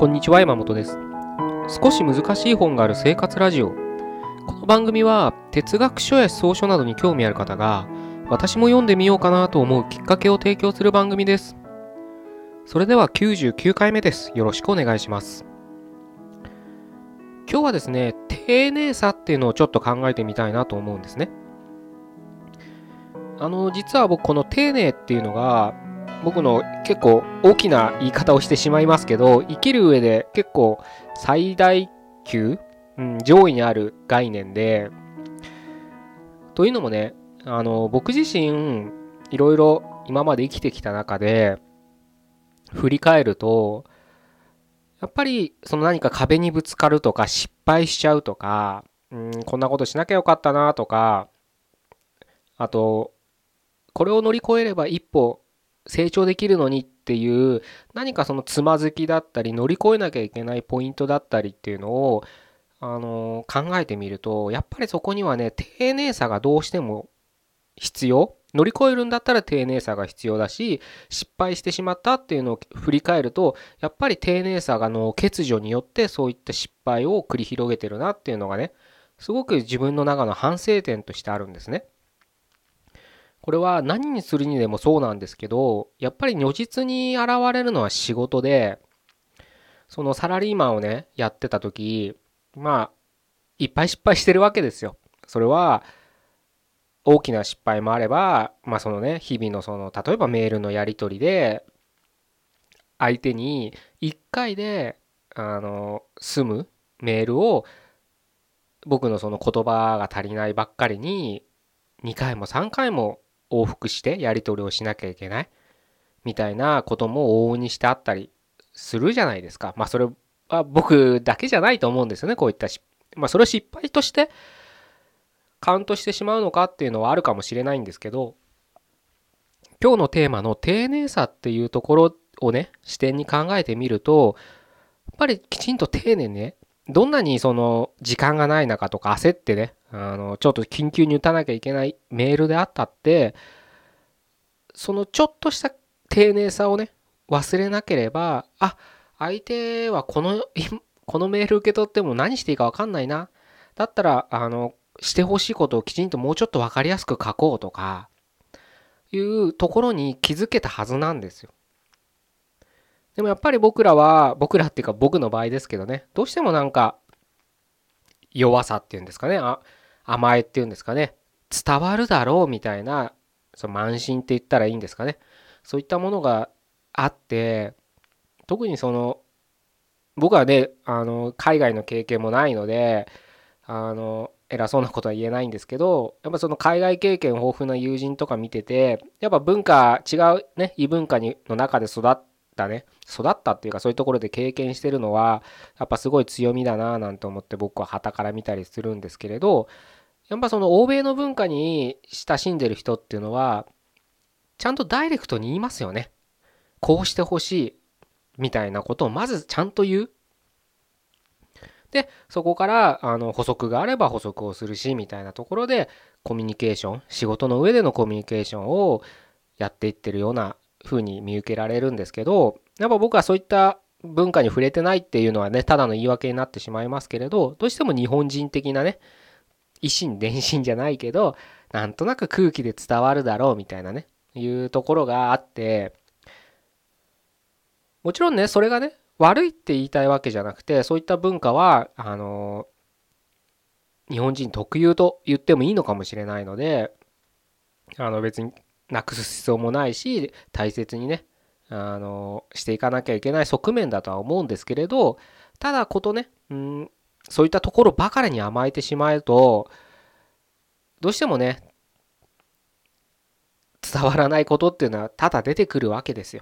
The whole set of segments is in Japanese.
こんにちは、山本です。少し難しい本がある生活ラジオ。この番組は哲学書や草書などに興味ある方が、私も読んでみようかなと思うきっかけを提供する番組です。それでは99回目です。よろしくお願いします。今日はですね、丁寧さっていうのをちょっと考えてみたいなと思うんですね。実は僕この丁寧っていうのが、僕の結構大きな言い方をしてしまいますけど、生きる上で結構最大級、上位にある概念で、というのもね、僕自身いろいろ今まで生きてきた中で振り返ると、やっぱりその何か壁にぶつかるとか失敗しちゃうとか、こんなことしなきゃよかったなとか、あとこれを乗り越えれば一歩成長できるのにっていう何かそのつまずきだったり乗り越えなきゃいけないポイントだったりっていうのを考えてみると、やっぱりそこにはね、丁寧さがどうしても必要。乗り越えるんだったら丁寧さが必要だし、失敗してしまったっていうのを振り返ると、やっぱり丁寧さが欠如によってそういった失敗を繰り広げてるなっていうのがね、すごく自分の中の反省点としてあるんですね。これは何にするにでもそうなんですけど、やっぱり如実に現れるのは仕事で、そのサラリーマンをね、やってた時、まあ、いっぱい失敗してるわけですよ。それは大きな失敗もあれば、まあそのね、日々の例えばメールのやり取りで、相手に1回で、済むメールを、僕のその言葉が足りないばっかりに、2回も3回も往復してやり取りをしなきゃいけない。みたいなことも往々にしてあったりするじゃないですか。まあそれは僕だけじゃないと思うんですよね。こういったまあそれを失敗としてカウントしてしまうのかっていうのはあるかもしれないんですけど、今日のテーマの丁寧さっていうところをね、視点に考えてみると、やっぱりきちんと丁寧にね、どんなにその時間がない中とか焦ってね、ちょっと緊急に打たなきゃいけないメールであったって、そのちょっとした丁寧さをね、忘れなければ、相手はこのメール受け取っても何していいか分かんないな。だったら、してほしいことをきちんともうちょっと分かりやすく書こうとか、いうところに気づけたはずなんですよ。でもやっぱり僕らっていうか僕の場合ですけどね、どうしてもなんか弱さっていうんですかね、甘えっていうんですかね、伝わるだろうみたいな、慢心って言ったらいいんですかね。そういったものがあって、特に僕はね、海外の経験もないので、偉そうなことは言えないんですけど、やっぱその海外経験豊富な友人とか見てて、やっぱ違うね、異文化の中で育ったっていうかそういうところで経験してるのは、やっぱすごい強みだなぁなんて思って僕は傍から見たりするんですけれど、やっぱその欧米の文化に親しんでる人っていうのは、ちゃんとダイレクトに言いますよね。こうしてほしいみたいなことをまずちゃんと言う。で、そこから補足があれば補足をするし、みたいなところでコミュニケーション、仕事の上でのコミュニケーションをやっていってるような風に見受けられるんですけど、やっぱ僕はそういった文化に触れてないっていうのはね、ただの言い訳になってしまいますけれど、どうしても日本人的なね、一心伝心じゃないけど、なんとなく空気で伝わるだろうみたいなね、いうところがあって、もちろんね、それがね、悪いって言いたいわけじゃなくて、そういった文化は、日本人特有と言ってもいいのかもしれないので、別になくす必要もないし、大切にね、していかなきゃいけない側面だとは思うんですけれど、ただね、そういったところばかりに甘えてしまうと、どうしてもね、伝わらないことっていうのは多々出てくるわけですよ。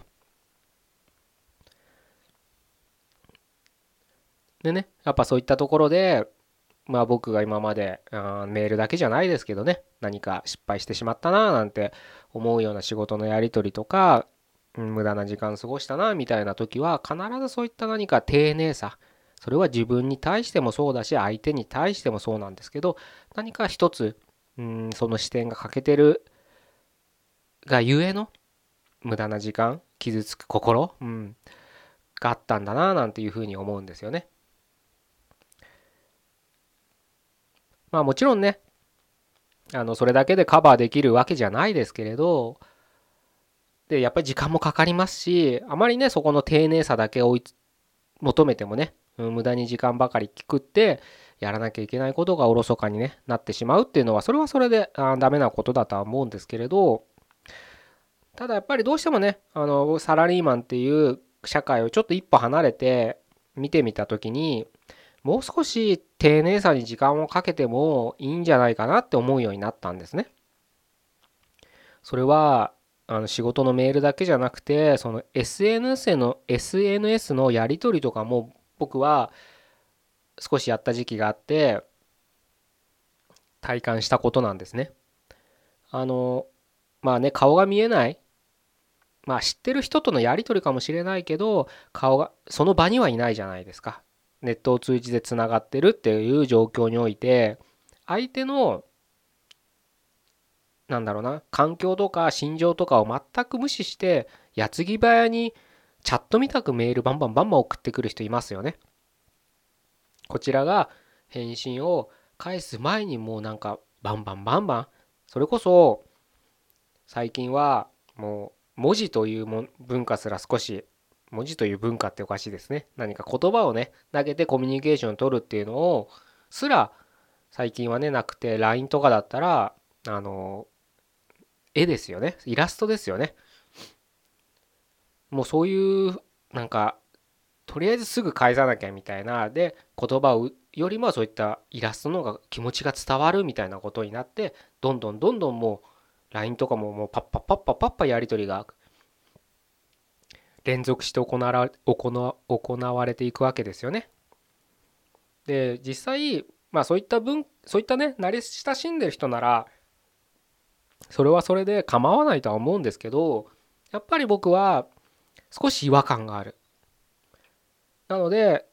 でね、やっぱそういったところで、まあ僕が今までメールだけじゃないですけどね、何か失敗してしまったななんて思うような仕事のやり取りとか、無駄な時間過ごしたなみたいな時は必ずそういった何か丁寧さ、それは自分に対してもそうだし相手に対してもそうなんですけど、何か一つその視点が欠けてるがゆえの無駄な時間、傷つく心、 があったんだななんていうふうに思うんですよね。まあもちろんね、それだけでカバーできるわけじゃないですけれど、で、やっぱり時間もかかりますし、あまりね、そこの丁寧さだけ求めてもね、無駄に時間ばかり食ってやらなきゃいけないことがおろそかに、ね、なってしまうっていうのは、それはそれでダメなことだとは思うんですけれど、ただやっぱりどうしてもね、サラリーマンっていう社会をちょっと一歩離れて見てみたときに、もう少し丁寧さに時間をかけてもいいんじゃないかなって思うようになったんですね。それは仕事のメールだけじゃなくて、その SNS のやり取りとかも僕は少しやった時期があって体感したことなんですね。あのまあね、顔が見えない、まあ知ってる人とのやり取りかもしれないけど、顔がその場にはいないじゃないですか。ネットを通じてつながってるっていう状況において、相手のなんだろうな、環境とか心情とかを全く無視して、矢継ぎ早にチャットみたくメールバンバンバンバン送ってくる人いますよね。こちらが返信を返す前にもうなんかバンバンバンバン、それこそ最近はもう文字という文化すら少し、文字という文化っておかしいですね。何か言葉をね、投げてコミュニケーションを取るっていうのをすら最近はね、なくて、 LINE とかだったら絵ですよね、イラストですよね。もうそういうなんかとりあえずすぐ返さなきゃみたいな、で言葉をよりもそういったイラストの方が気持ちが伝わるみたいなことになって、どんどんどんどんもう LINE とかももうパッパッパッパッパッパやり取りが連続して行われていくわけですよね。で実際まあそういったね慣れ親しんでる人ならそれはそれで構わないとは思うんですけど、やっぱり僕は少し違和感がある。なので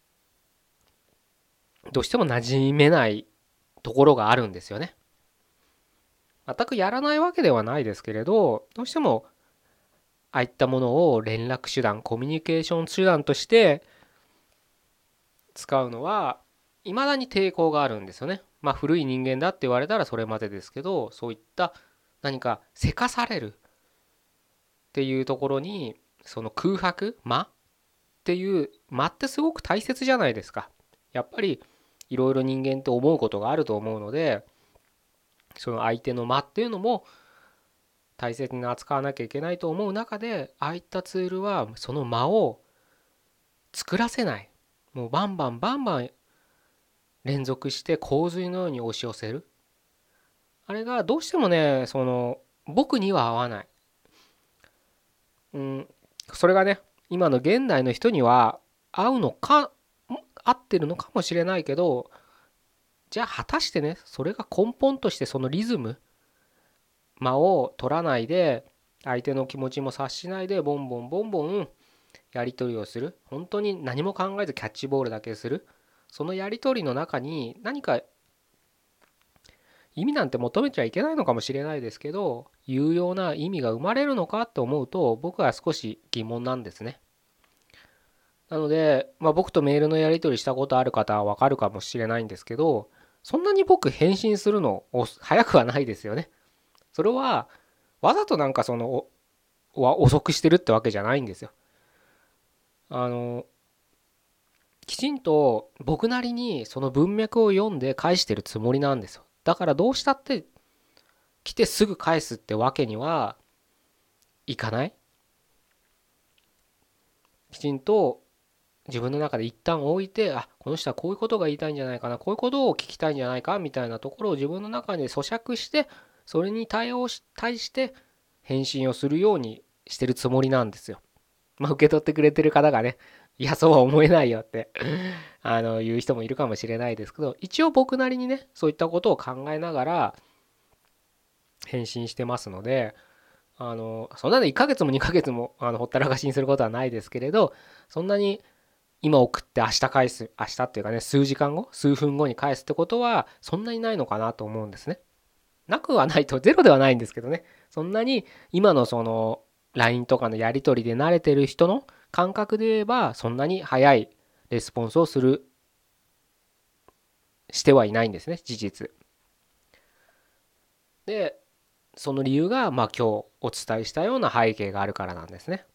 どうしても馴染めないところがあるんですよね。全くやらないわけではないですけれど、どうしてもああいったものを連絡手段、コミュニケーション手段として使うのは未だに抵抗があるんですよね。まあ古い人間だって言われたらそれまでですけど、そういった何かせかされるっていうところに、その空白間っていう間ってすごく大切じゃないですか。やっぱりいろいろ人間って思うことがあると思うので、その相手の間っていうのも大切に扱わなきゃいけないと思う中で、ああいったツールはその間を作らせない、もうバンバンバンバン連続して洪水のように押し寄せる、あれがどうしてもね、その僕には合わない、うん、それがね今の現代の人には合うのか、合ってるのかもしれないけど、じゃあ果たしてね、それが根本としてそのリズム、間を取らないで相手の気持ちも察しないでボンボンボンボンやり取りをする、本当に何も考えずキャッチボールだけする、そのやり取りの中に何か意味なんて求めちゃいけないのかもしれないですけど、有用な意味が生まれるのかと思うと僕は少し疑問なんですね。なので、まあ、僕とメールのやり取りしたことある方はわかるかもしれないんですけど、そんなに僕返信するの早くはないですよね。それはわざとなんか遅くしてるってわけじゃないんですよ。あのきちんと僕なりにその文脈を読んで返してるつもりなんですよ。だからどうしたって来てすぐ返すってわけにはいかない。きちんと自分の中で一旦置いて、あ、この人はこういうことが言いたいんじゃないかな、こういうことを聞きたいんじゃないかみたいなところを自分の中で咀嚼して、それに対して返信をするようにしてるつもりなんですよ。まあ受け取ってくれてる方がね、いやそうは思えないよって言う人もいるかもしれないですけど、一応僕なりにねそういったことを考えながら返信してますので、そんなの1ヶ月も2ヶ月もほったらかしにすることはないですけれど、そんなに今送って明日返す、明日っていうかね、数時間後数分後に返すってことはそんなにないのかなと思うんですね。なくはないと、ゼロではないんですけどね、そんなに今のその LINE とかのやり取りで慣れてる人の感覚で言えばそんなに早いレスポンスをしてはいないんですね、事実。で、その理由が今日お伝えしたような背景があるからなんですね。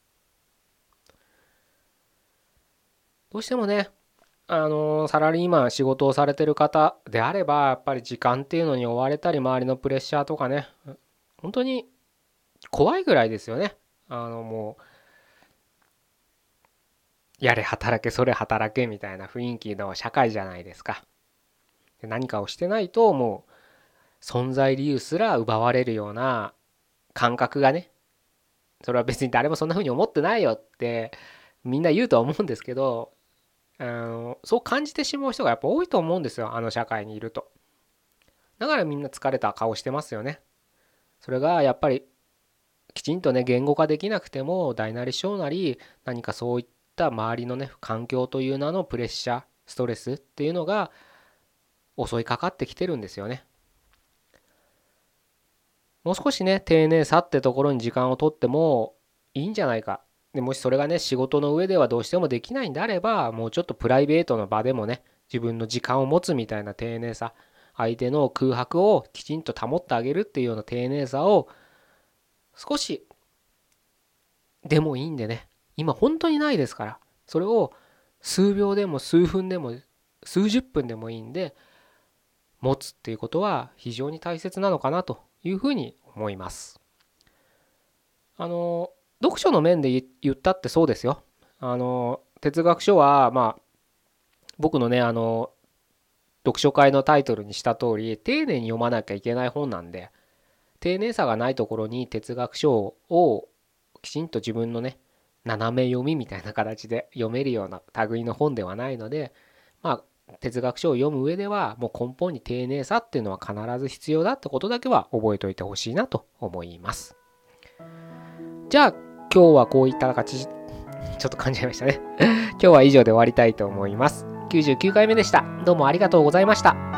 どうしてもね、サラリーマン仕事をされてる方であればやっぱり時間っていうのに追われたり、周りのプレッシャーとかね、本当に怖いぐらいですよね。もうやれ働けそれ働けみたいな雰囲気の社会じゃないですか。で、何かをしてないともう存在理由すら奪われるような感覚がね、それは別に誰もそんな風に思ってないよってみんな言うとは思うんですけど、そう感じてしまう人がやっぱ多いと思うんですよ、あの社会にいると。だからみんな疲れた顔してますよね。それがやっぱりきちんとね言語化できなくても大なり小なり何かそういった周りのね環境という名のプレッシャーストレスっていうのが襲いかかってきてるんですよね。もう少しね丁寧さってところに時間をとってもいいんじゃないか。でもしそれがね仕事の上ではどうしてもできないんであれば、もうちょっとプライベートの場でもね自分の時間を持つみたいな丁寧さ、相手の空白をきちんと保ってあげるっていうような丁寧さを少しでもいいんでね、今本当にないですから、それを数秒でも数分でも数十分でもいいんで持つっていうことは非常に大切なのかなというふうに思います。あの読書の面で言ったってそうですよ。哲学書は僕のね読書会のタイトルにした通り丁寧に読まなきゃいけない本なんで、丁寧さがないところに哲学書をきちんと自分のね斜め読みみたいな形で読めるような類の本ではないので、哲学書を読む上ではもう根本に丁寧さっていうのは必ず必要だってことだけは覚えておいてほしいなと思います。じゃあ今日はこういった形、ちょっと噛んじゃいましたね今日は以上で終わりたいと思います。99回目でした。どうもありがとうございました。